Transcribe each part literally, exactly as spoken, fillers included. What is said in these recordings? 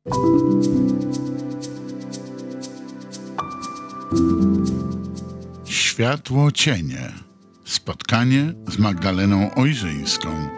Światło cienie. Spotkanie z Magdaleną Ojrzyńską.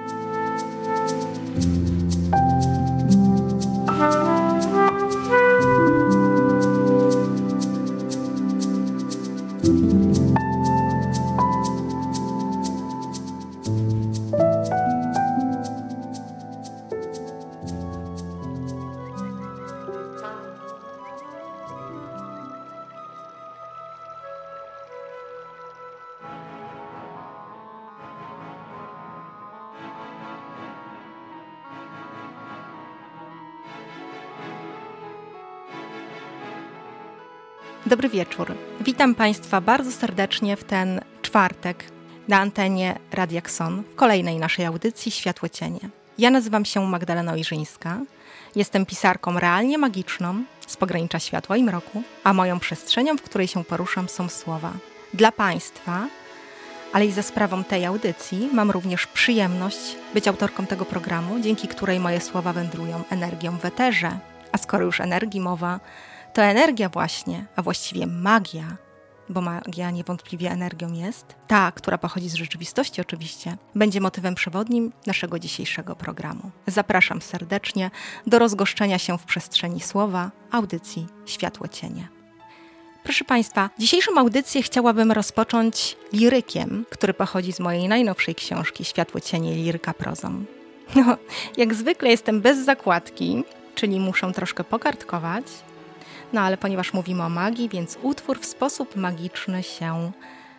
Dobry wieczór. Witam Państwa bardzo serdecznie w ten czwartek na antenie Radia Kson w kolejnej naszej audycji Światło Cienie. Ja nazywam się Magdalena Ojrzyńska, jestem pisarką realnie magiczną z pogranicza światła i mroku, a moją przestrzenią, w której się poruszam, są słowa. Dla Państwa, ale i za sprawą tej audycji mam również przyjemność być autorką tego programu, dzięki której moje słowa wędrują energią w eterze. A skoro już energii mowa, to energia właśnie, a właściwie magia, bo magia niewątpliwie energią jest, ta, która pochodzi z rzeczywistości oczywiście, będzie motywem przewodnim naszego dzisiejszego programu. Zapraszam serdecznie do rozgoszczenia się w przestrzeni słowa audycji Światło Cienie. Proszę Państwa, dzisiejszą audycję chciałabym rozpocząć lirykiem, który pochodzi z mojej najnowszej książki Światło Cienie, liryka prozą. No, jak zwykle jestem bez zakładki, czyli muszę troszkę pokartkować. No ale ponieważ mówimy o magii, więc utwór w sposób magiczny się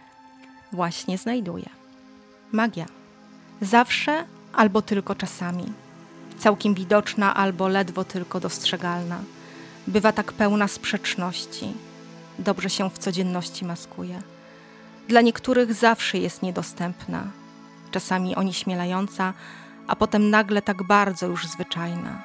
właśnie znajduje. Magia. Zawsze albo tylko czasami. Całkiem widoczna albo ledwo tylko dostrzegalna. Bywa tak pełna sprzeczności. Dobrze się w codzienności maskuje. Dla niektórych zawsze jest niedostępna. Czasami onieśmielająca, a potem nagle tak bardzo już zwyczajna.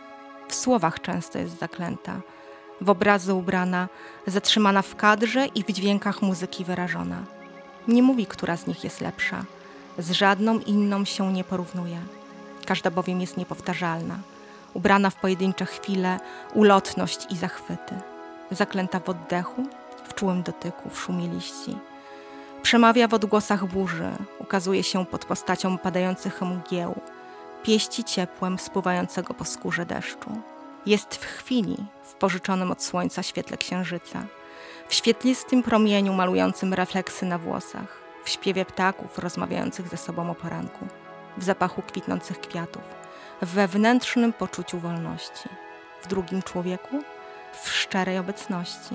W słowach często jest zaklęta. W obrazy ubrana, zatrzymana w kadrze i w dźwiękach muzyki wyrażona. Nie mówi, która z nich jest lepsza. Z żadną inną się nie porównuje. Każda bowiem jest niepowtarzalna. Ubrana w pojedyncze chwile, ulotność i zachwyty. Zaklęta w oddechu, w czułym dotyku, w szumie liści. Przemawia w odgłosach burzy, ukazuje się pod postacią padających mgieł. Pieści ciepłem spływającego po skórze deszczu. Jest w chwili, w pożyczonym od słońca świetle księżyca, w świetlistym promieniu malującym refleksy na włosach, w śpiewie ptaków rozmawiających ze sobą o poranku, w zapachu kwitnących kwiatów, w wewnętrznym poczuciu wolności, w drugim człowieku, w szczerej obecności.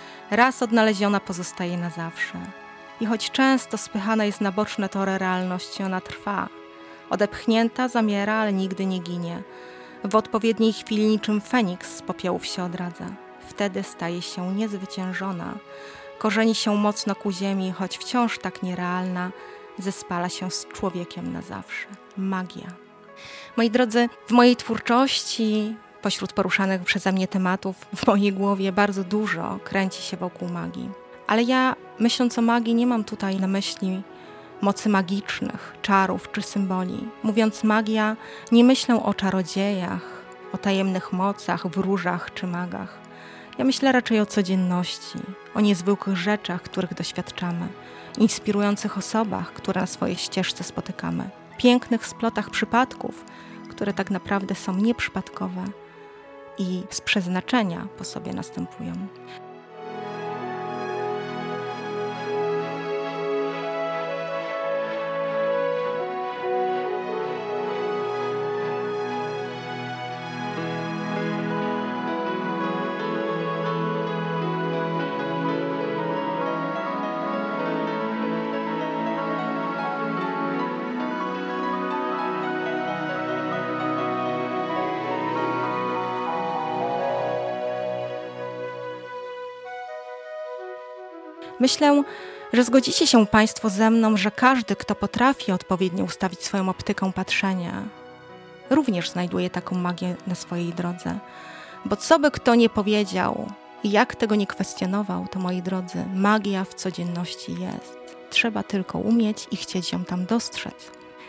Raz odnaleziona pozostaje na zawsze i choć często spychana jest na boczne tory realności, ona trwa. Odepchnięta zamiera, ale nigdy nie ginie. W odpowiedniej chwili niczym Feniks z popiołów się odradza. Wtedy staje się niezwyciężona. Korzeni się mocno ku ziemi, choć wciąż tak nierealna, zespala się z człowiekiem na zawsze. Magia. Moi drodzy, w mojej twórczości, pośród poruszanych przeze mnie tematów, w mojej głowie bardzo dużo kręci się wokół magii. Ale ja, myśląc o magii, nie mam tutaj na myśli mocy magicznych, czarów czy symboli. Mówiąc magia, nie myślę o czarodziejach, o tajemnych mocach, wróżach czy magach. Ja myślę raczej o codzienności, o niezwykłych rzeczach, których doświadczamy, inspirujących osobach, które na swojej ścieżce spotykamy, pięknych splotach przypadków, które tak naprawdę są nieprzypadkowe i z przeznaczenia po sobie następują. Myślę, że zgodzicie się Państwo ze mną, że każdy, kto potrafi odpowiednio ustawić swoją optykę patrzenia, również znajduje taką magię na swojej drodze. Bo co by kto nie powiedział i jak tego nie kwestionował, to moi drodzy, magia w codzienności jest. Trzeba tylko umieć i chcieć ją tam dostrzec.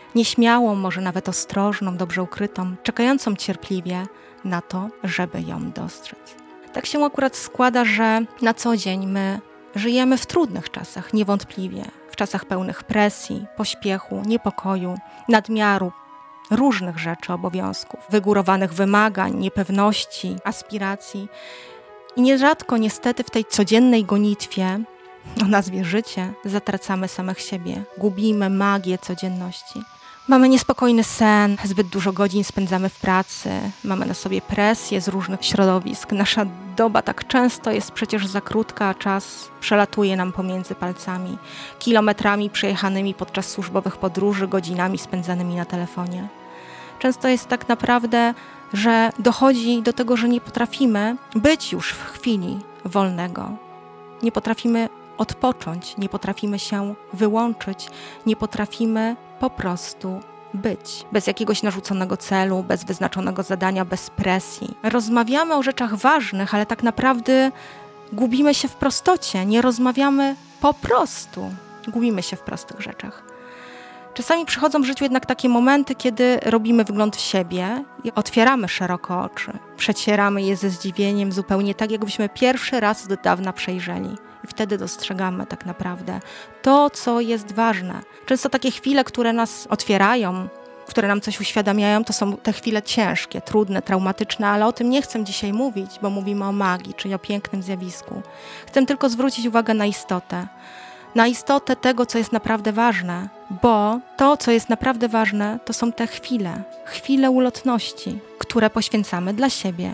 nieśmiałą, może nawet ostrożną, dobrze ukrytą, czekającą cierpliwie na to, żeby ją dostrzec. Tak się akurat składa, że na co dzień my żyjemy w trudnych czasach, niewątpliwie, w czasach pełnych presji, pośpiechu, niepokoju, nadmiaru, różnych rzeczy, obowiązków, wygórowanych wymagań, niepewności, aspiracji. I nierzadko niestety w tej codziennej gonitwie, o nazwie życie, zatracamy samych siebie, gubimy magię codzienności. Mamy niespokojny sen, zbyt dużo godzin spędzamy w pracy, mamy na sobie presję z różnych środowisk. Nasza doba tak często jest przecież za krótka, a czas przelatuje nam pomiędzy palcami, kilometrami przejechanymi podczas służbowych podróży, godzinami spędzanymi na telefonie. Często jest tak naprawdę, że dochodzi do tego, że nie potrafimy być już w chwili wolnego. Nie potrafimy odpocząć, nie potrafimy się wyłączyć, nie potrafimy po prostu być. Bez jakiegoś narzuconego celu, bez wyznaczonego zadania, bez presji. Rozmawiamy o rzeczach ważnych, ale tak naprawdę gubimy się w prostocie. Nie rozmawiamy po prostu. Gubimy się w prostych rzeczach. Czasami przychodzą w życiu jednak takie momenty, kiedy robimy wgląd w siebie i otwieramy szeroko oczy. Przecieramy je ze zdziwieniem, zupełnie tak, jakbyśmy pierwszy raz od dawna przejrzeli. I wtedy dostrzegamy tak naprawdę to, co jest ważne. Często takie chwile, które nas otwierają, które nam coś uświadamiają, to są te chwile ciężkie, trudne, traumatyczne, ale o tym nie chcę dzisiaj mówić, bo mówimy o magii, czyli o pięknym zjawisku. Chcę tylko zwrócić uwagę na istotę. Na istotę tego, co jest naprawdę ważne, bo to, co jest naprawdę ważne, to są te chwile, chwile ulotności, które poświęcamy dla siebie.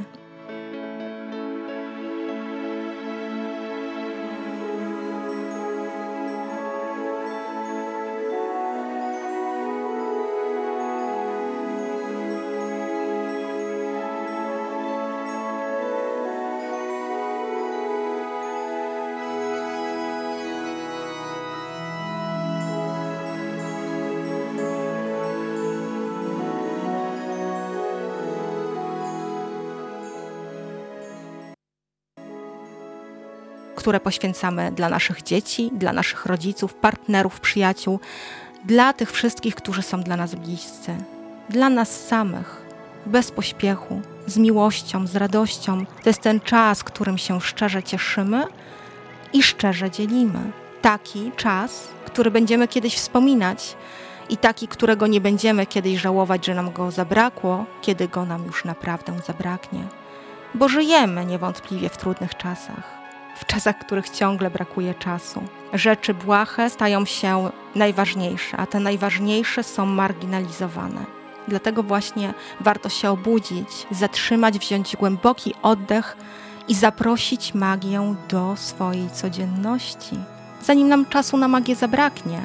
które poświęcamy dla naszych dzieci, dla naszych rodziców, partnerów, przyjaciół, dla tych wszystkich, którzy są dla nas bliscy, dla nas samych, bez pośpiechu, z miłością, z radością. To jest ten czas, którym się szczerze cieszymy i szczerze dzielimy. Taki czas, który będziemy kiedyś wspominać i taki, którego nie będziemy kiedyś żałować, że nam go zabrakło, kiedy go nam już naprawdę zabraknie. Bo żyjemy niewątpliwie w trudnych czasach. W czasach, w których ciągle brakuje czasu. Rzeczy błahe stają się najważniejsze, a te najważniejsze są marginalizowane. Dlatego właśnie warto się obudzić, zatrzymać, wziąć głęboki oddech i zaprosić magię do swojej codzienności. Zanim nam czasu na magię zabraknie,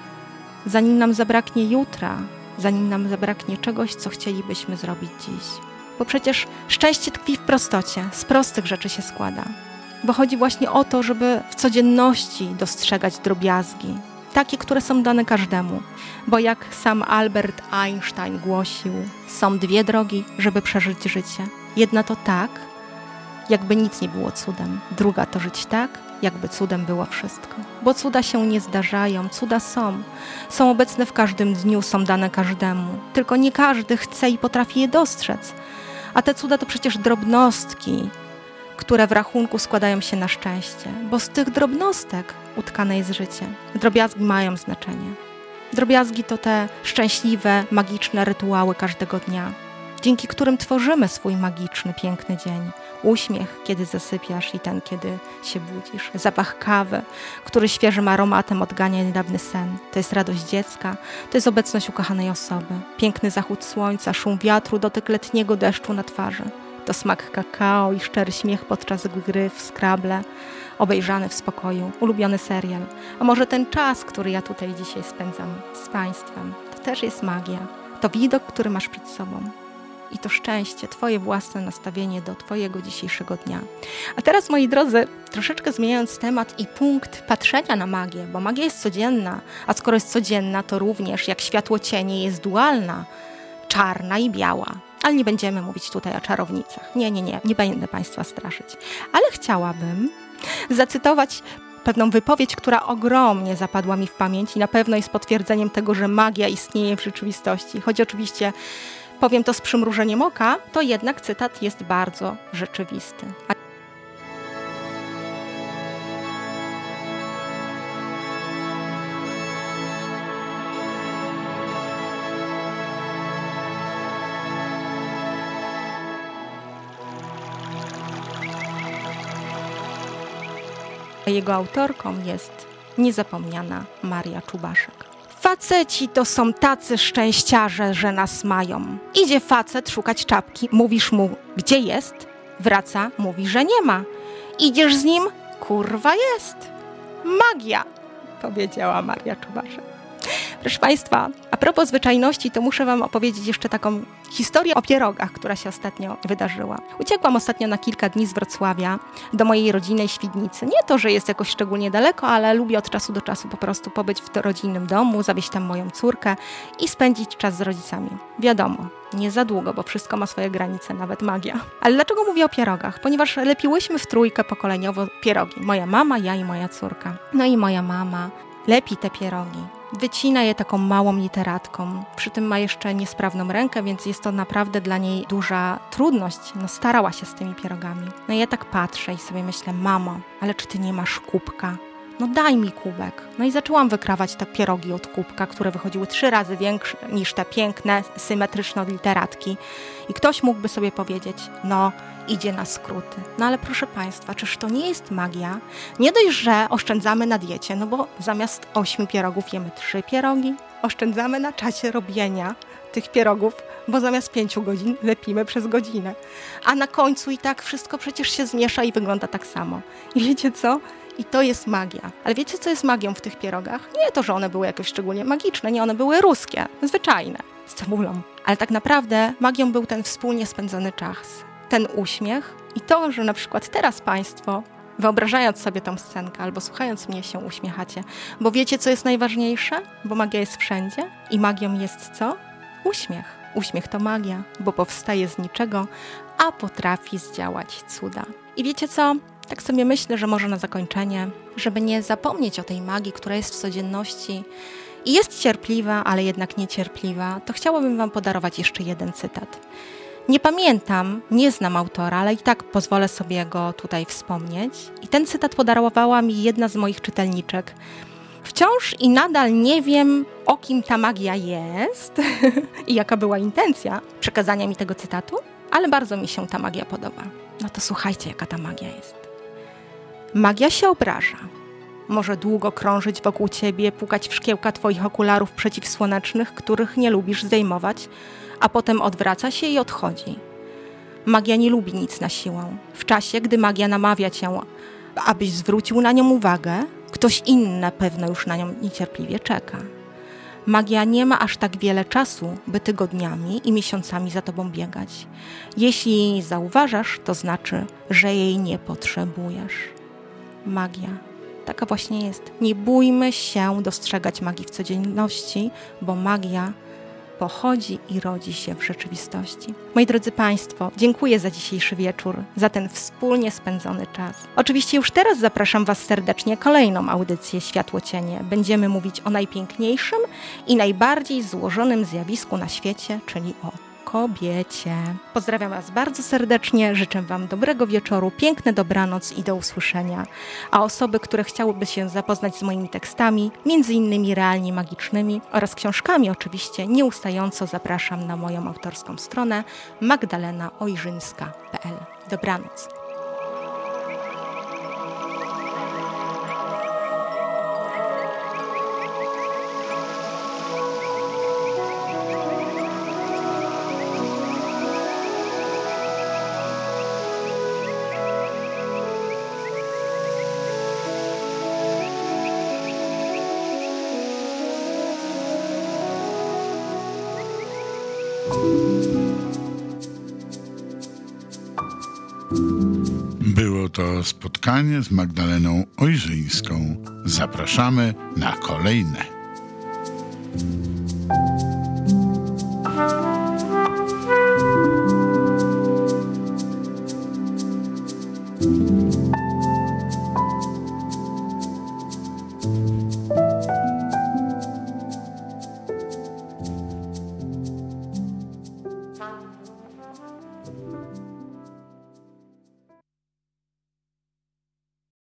zanim nam zabraknie jutra, zanim nam zabraknie czegoś, co chcielibyśmy zrobić dziś. Bo przecież szczęście tkwi w prostocie, z prostych rzeczy się składa. Bo chodzi właśnie o to, żeby w codzienności dostrzegać drobiazgi, takie, które są dane każdemu. Bo jak sam Albert Einstein głosił, są dwie drogi, żeby przeżyć życie. Jedna to tak, jakby nic nie było cudem. Druga to żyć tak, jakby cudem było wszystko. Bo cuda się nie zdarzają, cuda są. Są obecne w każdym dniu, są dane każdemu. Tylko nie każdy chce i potrafi je dostrzec. A te cuda to przecież drobnostki, które w rachunku składają się na szczęście, bo z tych drobnostek utkane jest życie. Drobiazgi mają znaczenie. Drobiazgi to te szczęśliwe, magiczne rytuały każdego dnia, dzięki którym tworzymy swój magiczny, piękny dzień. Uśmiech, kiedy zasypiasz i ten, kiedy się budzisz. Zapach kawy, który świeżym aromatem odgania niedawny sen. To jest radość dziecka, to jest obecność ukochanej osoby. Piękny zachód słońca, szum wiatru, dotyk letniego deszczu na twarzy. To smak kakao i szczery śmiech podczas gry w Scrabble, obejrzany w spokoju, ulubiony serial. A może ten czas, który ja tutaj dzisiaj spędzam z Państwem, to też jest magia. To widok, który masz przed sobą. I to szczęście, Twoje własne nastawienie do Twojego dzisiejszego dnia. A teraz, moi drodzy, troszeczkę zmieniając temat i punkt patrzenia na magię, bo magia jest codzienna, a skoro jest codzienna, to również jak światło cienie jest dualna, czarna i biała. Ale nie będziemy mówić tutaj o czarownicach. Nie, nie, nie, nie będę Państwa straszyć. Ale chciałabym zacytować pewną wypowiedź, która ogromnie zapadła mi w pamięć i na pewno jest potwierdzeniem tego, że magia istnieje w rzeczywistości. Choć oczywiście powiem to z przymrużeniem oka, to jednak cytat jest bardzo rzeczywisty. Jego autorką jest niezapomniana Maria Czubaszek. Faceci to są tacy szczęściarze, że nas mają. Idzie facet szukać czapki, mówisz mu, gdzie jest? Wraca, mówi, że nie ma. Idziesz z nim? Kurwa jest. Magia, powiedziała Maria Czubaszek. Proszę Państwa, a propos zwyczajności, to muszę Wam opowiedzieć jeszcze taką historię o pierogach, która się ostatnio wydarzyła. Uciekłam ostatnio na kilka dni z Wrocławia do mojej rodzinnej Świdnicy. Nie to, że jest jakoś szczególnie daleko, ale lubię od czasu do czasu po prostu pobyć w rodzinnym domu, zawieźć tam moją córkę i spędzić czas z rodzicami. Wiadomo, nie za długo, bo wszystko ma swoje granice, nawet magia. Ale dlaczego mówię o pierogach? Ponieważ lepiłyśmy w trójkę pokoleniowo pierogi. Moja mama, ja i moja córka. No i moja mama lepi te pierogi. Wycina je taką małą literatką, przy tym ma jeszcze niesprawną rękę, więc jest to naprawdę dla niej duża trudność. No starała się z tymi pierogami. No i ja tak patrzę i sobie myślę, mamo, ale czy ty nie masz kubka? No daj mi kubek. No i zaczęłam wykrawać te pierogi od kubka, które wychodziły trzy razy większe niż te piękne, symetryczne literatki. I ktoś mógłby sobie powiedzieć, no idzie na skróty. No ale proszę Państwa, czyż to nie jest magia? Nie dość, że oszczędzamy na diecie, no bo zamiast ośmiu pierogów jemy trzy pierogi. Oszczędzamy na czasie robienia tych pierogów, bo zamiast pięciu godzin lepimy przez godzinę. A na końcu i tak wszystko przecież się zmiesza i wygląda tak samo. I wiecie co? I to jest magia. Ale wiecie, co jest magią w tych pierogach? Nie to, że one były jakoś szczególnie magiczne, nie, one były ruskie, zwyczajne, z cebulą. Ale tak naprawdę magią był ten wspólnie spędzony czas, ten uśmiech i to, że na przykład teraz Państwo, wyobrażając sobie tą scenkę albo słuchając mnie, się uśmiechacie. Bo wiecie, co jest najważniejsze? Bo magia jest wszędzie i magią jest co? Uśmiech. Uśmiech to magia, bo powstaje z niczego, a potrafi zdziałać cuda. I wiecie co? Tak sobie myślę, że może na zakończenie, żeby nie zapomnieć o tej magii, która jest w codzienności i jest cierpliwa, ale jednak niecierpliwa, to chciałabym Wam podarować jeszcze jeden cytat. Nie pamiętam, nie znam autora, ale i tak pozwolę sobie go tutaj wspomnieć. I ten cytat podarowała mi jedna z moich czytelniczek. Wciąż i nadal nie wiem, o kim ta magia jest i jaka była intencja przekazania mi tego cytatu, ale bardzo mi się ta magia podoba. No to słuchajcie, jaka ta magia jest. Magia się obraża. Może długo krążyć wokół ciebie, pukać w szkiełka twoich okularów przeciwsłonecznych, których nie lubisz zdejmować, a potem odwraca się i odchodzi. Magia nie lubi nic na siłę. W czasie, gdy magia namawia cię, abyś zwrócił na nią uwagę, ktoś inny pewno już na nią niecierpliwie czeka. Magia nie ma aż tak wiele czasu, by tygodniami i miesiącami za tobą biegać. Jeśli jej zauważasz, to znaczy, że jej nie potrzebujesz. Magia. Taka właśnie jest. Nie bójmy się dostrzegać magii w codzienności, bo magia pochodzi i rodzi się w rzeczywistości. Moi drodzy Państwo, dziękuję za dzisiejszy wieczór, za ten wspólnie spędzony czas. Oczywiście już teraz zapraszam Was serdecznie kolejną audycję Światło-Cienie. Będziemy mówić o najpiękniejszym i najbardziej złożonym zjawisku na świecie, czyli o kobiecie. Pozdrawiam Was bardzo serdecznie, życzę Wam dobrego wieczoru, piękne dobranoc i do usłyszenia. A osoby, które chciałyby się zapoznać z moimi tekstami, między innymi realnie magicznymi oraz książkami oczywiście, nieustająco zapraszam na moją autorską stronę magdalena ojrzyńska kropka p l. Dobranoc. Było to spotkanie z Magdaleną Ojrzyńską. Zapraszamy na kolejne.